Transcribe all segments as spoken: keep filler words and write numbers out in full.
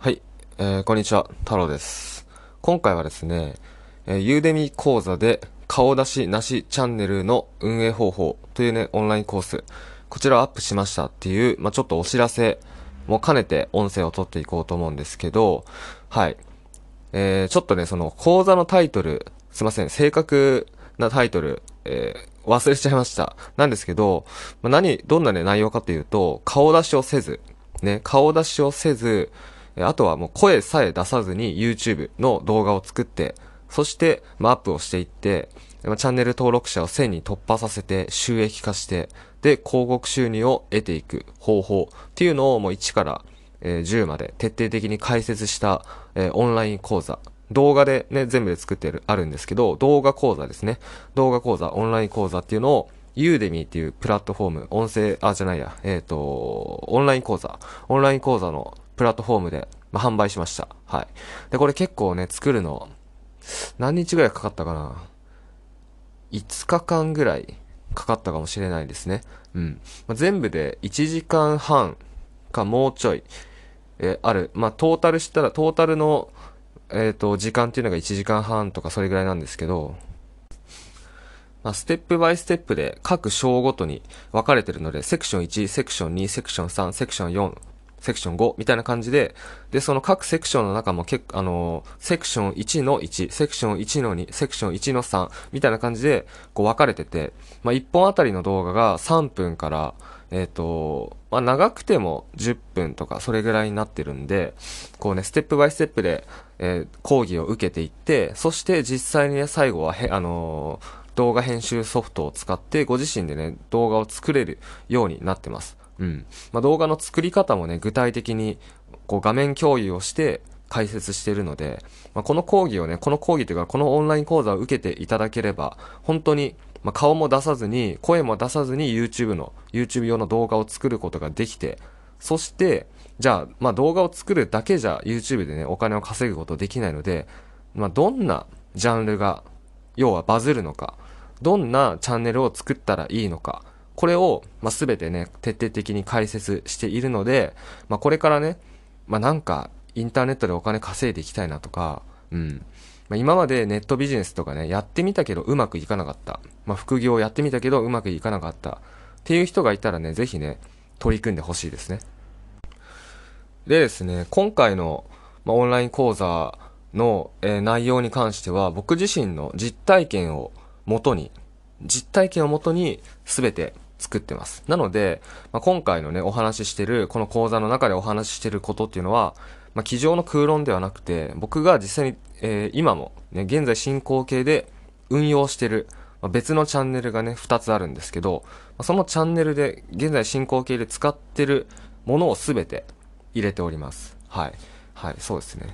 はい、えーこんにちは、太郎です。今回はですね、えー、ユーデミ講座で顔出しなしチャンネルの運営方法というね、オンラインコース、こちらをアップしましたっていう、まあ、ちょっとお知らせも兼ねて音声を取っていこうと思うんですけど、はい、えー、ちょっとね、その講座のタイトル、すいません、正確なタイトル、えー忘れちゃいました。なんですけど、まあ、何、どんなね、内容かというと、顔出しをせず、ね、顔出しをせず、えあとはもう声さえ出さずに YouTube の動画を作って、そして、まあ、アップをしていって、まあ、チャンネル登録者をせんに突破させて収益化して、で、広告収入を得ていく方法っていうのをもういちから、えーじゅうまで徹底的に解説した、えーオンライン講座。動画でね、全部で作ってる、あるんですけど、動画講座ですね。動画講座、オンライン講座っていうのを、ユーデミーっていうプラットフォーム、音声、あ、じゃないや、えっ、と、オンライン講座、オンライン講座のプラットフォームで、まあ、販売しました。はい。で、これ結構ね、作るの、何日ぐらいかかったかな？ いつ 日間ぐらいかかったかもしれないですね。うん。まあ、全部でいちじかんはんかもうちょい、えーある。まあ、トータルしたら、トータルの、えっ、と、時間っていうのがいちじかんはんとかそれぐらいなんですけど、まあ、ステップバイステップで各章ごとに分かれてるので、セクションいち、セクションに、セクションさん、セクションよん、セクションごみたいな感じで、で、その各セクションの中も結構、あのーセクションいちのいち、セクションいちのに、セクションいちのさんみたいな感じで、こう分かれてて、まあ、いっぽんあたりの動画がさんぷんから、えっ、と、まあ、長くてもじゅっぷんとかそれぐらいになってるんで、こうね、ステップバイステップで、えー講義を受けていって、そして実際にね、最後はへ、あのー動画編集ソフトを使ってご自身でね、動画を作れるようになってます。うん。まあ、動画の作り方もね、具体的にこう画面共有をして解説しているので、まあ、この講義をね、この講義というかこのオンライン講座を受けていただければ、本当にまあ、顔も出さずに、声も出さずに YouTube の、YouTube 用の動画を作ることができて、そして、じゃあ、まあ動画を作るだけじゃ YouTube でね、お金を稼ぐことできないので、まあどんなジャンルが、要はバズるのか、どんなチャンネルを作ったらいいのか、これを、まあ、全てね、徹底的に解説しているので、まあ、これからね、まあ、なんか、インターネットでお金稼いでいきたいなとか、うん。まあ、今までネットビジネスとかね、やってみたけどうまくいかなかった。まあ、副業をやってみたけどうまくいかなかった。っていう人がいたらね、ぜひね、取り組んでほしいですね。でですね、今回の、まあ、オンライン講座の、えー内容に関しては、僕自身の実体験をもとに、実体験をもとに全て作ってます。なので、まあ、今回のね、お話ししてる、この講座の中でお話ししてることっていうのは、まあ、机上の空論ではなくて、僕が実際に、えー今も、ね、現在進行形で運用してる、まあ別のチャンネルがね、ふたつあるんですけど、まあそのチャンネルで、現在進行形で使ってるものを全て入れております。はい。はい、そうですね。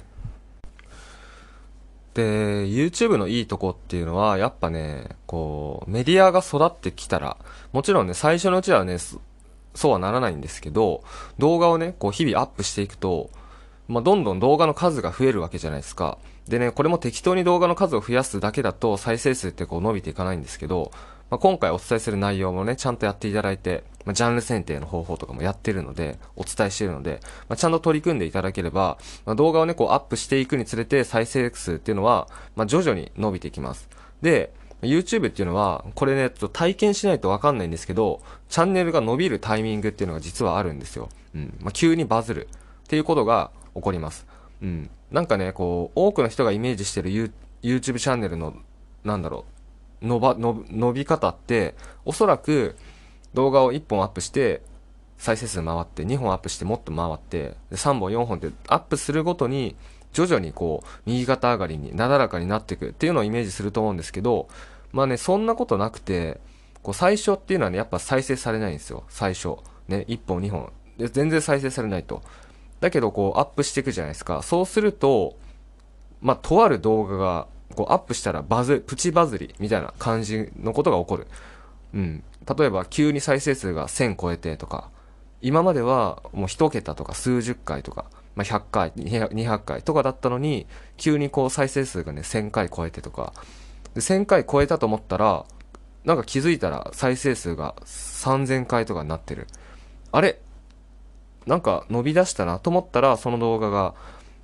で、YouTube のいいとこっていうのは、やっぱね、こう、メディアが育ってきたら、もちろんね、最初のうちはね、そそうはならないんですけど、動画をね、こう、日々アップしていくと、まあ、どんどん動画の数が増えるわけじゃないですか。でね、これも適当に動画の数を増やすだけだと再生数ってこう伸びていかないんですけど、まあ、今回お伝えする内容もね、ちゃんとやっていただいて、まあ、ジャンル選定の方法とかもやってるので、お伝えしているので、まあ、ちゃんと取り組んでいただければ、まあ、動画をね、こうアップしていくにつれて再生数っていうのは、まあ、徐々に伸びていきます。で、YouTube っていうのは、これね、ちょっと体験しないとわかんないんですけど、チャンネルが伸びるタイミングっていうのが実はあるんですよ。うん。まあ、急にバズるっていうことが起こります。うん。なんかね、こう、多くの人がイメージしてる You- YouTube チャンネルの、なんだろう、伸ば、伸び伸び方って、おそらく動画をいっぽんアップして、再生数回って、にほんアップしてもっと回って、でさんぼんよんほんってアップするごとに、徐々にこう、右肩上がりになだらかになっていくっていうのをイメージすると思うんですけど、まあね、そんなことなくて、こう、最初っていうのはね、やっぱ再生されないんですよ。最初。ね、いっぽんにほん。で、全然再生されないと。だけどこうアップしていくじゃないですか。そうすると、まあ、とある動画がこうアップしたらバズ、プチバズりみたいな感じのことが起こる。うん。例えば急に再生数がせん超えてとか、今まではもう一桁とか数十回とか、まあ、ひゃっかい、にひゃくかいとかだったのに、急にこう再生数がね、せんかい超えてとか、でせんかい超えたと思ったら、なんか気づいたら再生数がさんぜんかいとかになってる。あれなんか伸び出したなと思ったら、その動画が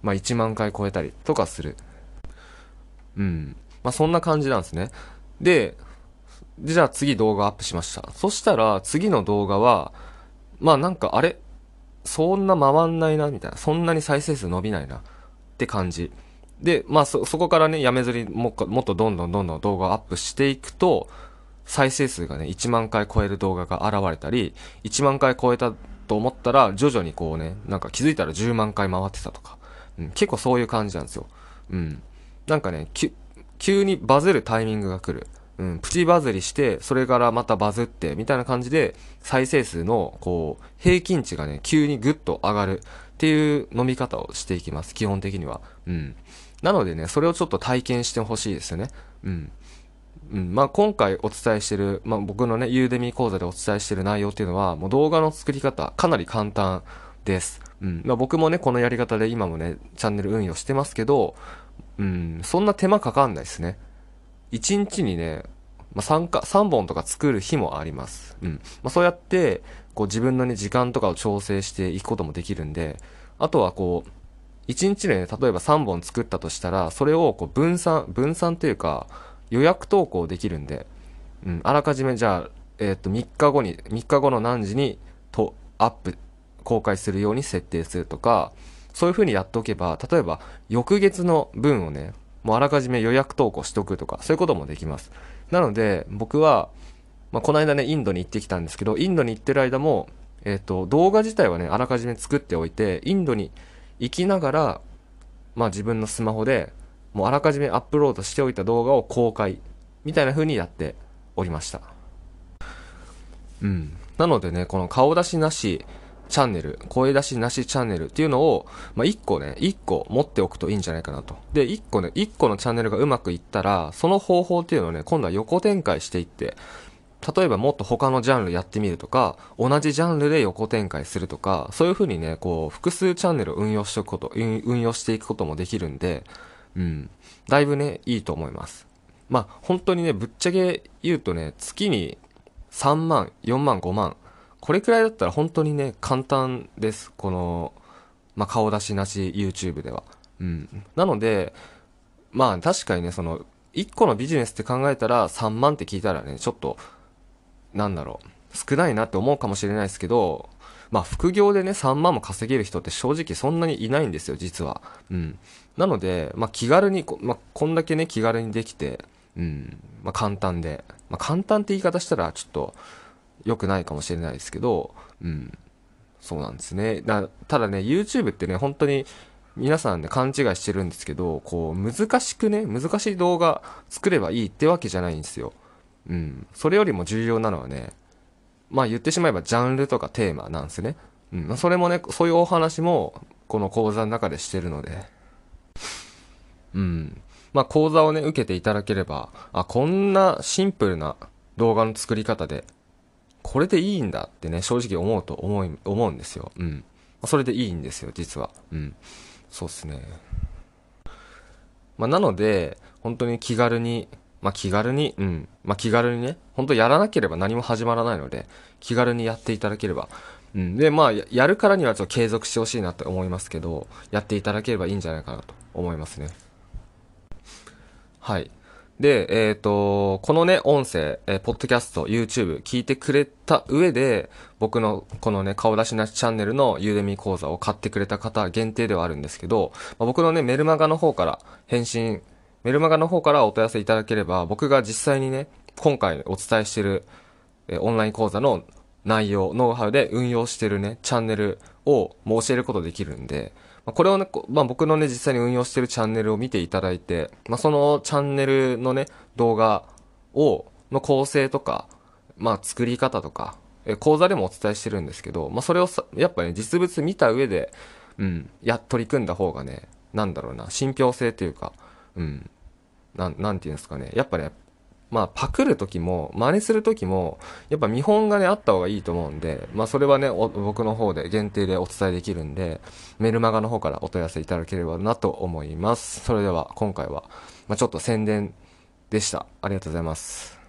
まあいちまん回超えたりとかする。うん。まあそんな感じなんですね。で、でじゃあ次動画アップしました。そしたら次の動画は、まあなんかあれそんな回んないな、みたいな。そんなに再生数伸びないな、って感じ。で、まあそ、そこからね、やめずにもっもっとどんどんどんどん動画をアップしていくと、再生数がね、いちまん回超える動画が現れたり、いちまん回超えたと思ったら、徐々にこうね、なんか気づいたらじゅうまん回回ってたとか、うん、結構そういう感じなんですよ。うん。なんかね、き急にバズるタイミングが来る。うん、プチバズりして、それからまたバズって、みたいな感じで、再生数の、こう、平均値がね、急にグッと上がるっていう飲み方をしていきます、基本的には。うん。なのでね、それをちょっと体験してほしいですよね。うん。うん、まあ今回お伝えしてる、まあ僕のね、ユーデミー講座でお伝えしてる内容っていうのは、もう動画の作り方、かなり簡単です。うん。まあ僕もね、このやり方で今もね、チャンネル運用してますけど、うん、そんな手間かかんないですね。いちにちにね、まあ、さんか、さんぼんとか作る日もあります。うん。まあ、そうやって、こう自分のね、時間とかを調整していくこともできるんで、あとはこう、いちにちでね、例えばさんぼん作ったとしたら、それをこう分散、分散というか、予約投稿できるんで、うん、あらかじめじゃあ、えっと、みっかごに、みっかごの何時に、と、アップ、公開するように設定するとか、そういう風にやっておけば、例えば、翌月の分をね、もうあらかじめ予約投稿しておくとか、そういうこともできます。なので、僕は、まあ、この間ね、インドに行ってきたんですけど、インドに行ってる間も、えっと、動画自体はね、あらかじめ作っておいて、インドに行きながら、まあ自分のスマホで、もうあらかじめアップロードしておいた動画を公開、みたいな風にやっておりました。うん。なのでね、この顔出しなしチャンネル、声出しなしチャンネルっていうのを、まあ、一個ね、一個持っておくといいんじゃないかなと。で、一個ね、一個のチャンネルがうまくいったら、その方法っていうのをね、今度は横展開していって、例えばもっと他のジャンルやってみるとか、同じジャンルで横展開するとか、そういう風にね、こう、複数チャンネルを運用しておくこと、運運用していくこともできるんで、うん。だいぶね、いいと思います。まあ、本当にね、ぶっちゃけ言うとね、月にさんまん、よんまん、ごまん。これくらいだったら本当にね、簡単です。この、まあ、顔出しなし YouTube では。うん。なので、まあ確かにね、その、いっこのビジネスって考えたらさんまんって聞いたらね、ちょっと、なんだろう、少ないなって思うかもしれないですけど、まあ副業でね、さんまんも稼げる人って正直そんなにいないんですよ、実は。うん。なので、まあ気軽にこ、まあこんだけね、気軽にできて、うん、まあ簡単で、まあ簡単って言い方したらちょっと良くないかもしれないですけど、うん、そうなんですね。だただね、YouTube ってね、本当に皆さんね、勘違いしてるんですけど、こう、難しくね、難しい動画作ればいいってわけじゃないんですよ。うん。それよりも重要なのはね、まあ言ってしまえばジャンルとかテーマなんですね。うん。それもね、そういうお話も、この講座の中でしてるので、うん。まあ講座をね、受けていただければ、あ、こんなシンプルな動画の作り方で、これでいいんだってね、正直思うと思い、思うんですよ。うん。それでいいんですよ、実は。うん。そうっすね。まあ、なので、本当に気軽に、まあ、気軽に、うん。まあ、気軽にね、本当やらなければ何も始まらないので、気軽にやっていただければ。うん。で、まあ、ややるからにはちょっと継続してほしいなって思いますけど、やっていただければいいんじゃないかなと思いますね。はい。で、えっと、このね、音声、えーポッドキャスト、YouTube 聞いてくれた上で、僕のこのね、顔出しなしチャンネルのユーデミー講座を買ってくれた方限定ではあるんですけど、まあ僕のね、メルマガの方から返信、メルマガの方からお問い合わせいただければ、僕が実際にね、今回お伝えしている、えーオンライン講座の内容、ノウハウで運用してるね、チャンネルをもう教えることできるんで、まあこれをね、こまあ、僕のね、実際に運用してるチャンネルを見ていただいて、まあ、そのチャンネルのね、動画を、の構成とか、まあ、作り方とか、え講座でもお伝えしてるんですけど、まあ、それをさ、やっぱね、実物見た上で、うん、や、取り組んだ方がね、なんだろうな、信憑性というか、うん、なん、なんていうんですかね、やっぱね、まあ、パクるときも、真似するときも、やっぱ見本がね、あった方がいいと思うんで、まあ、それはね、僕の方で限定でお伝えできるんで、メルマガの方からお問い合わせいただければなと思います。それでは、今回は、まあ、ちょっと宣伝でした。ありがとうございます。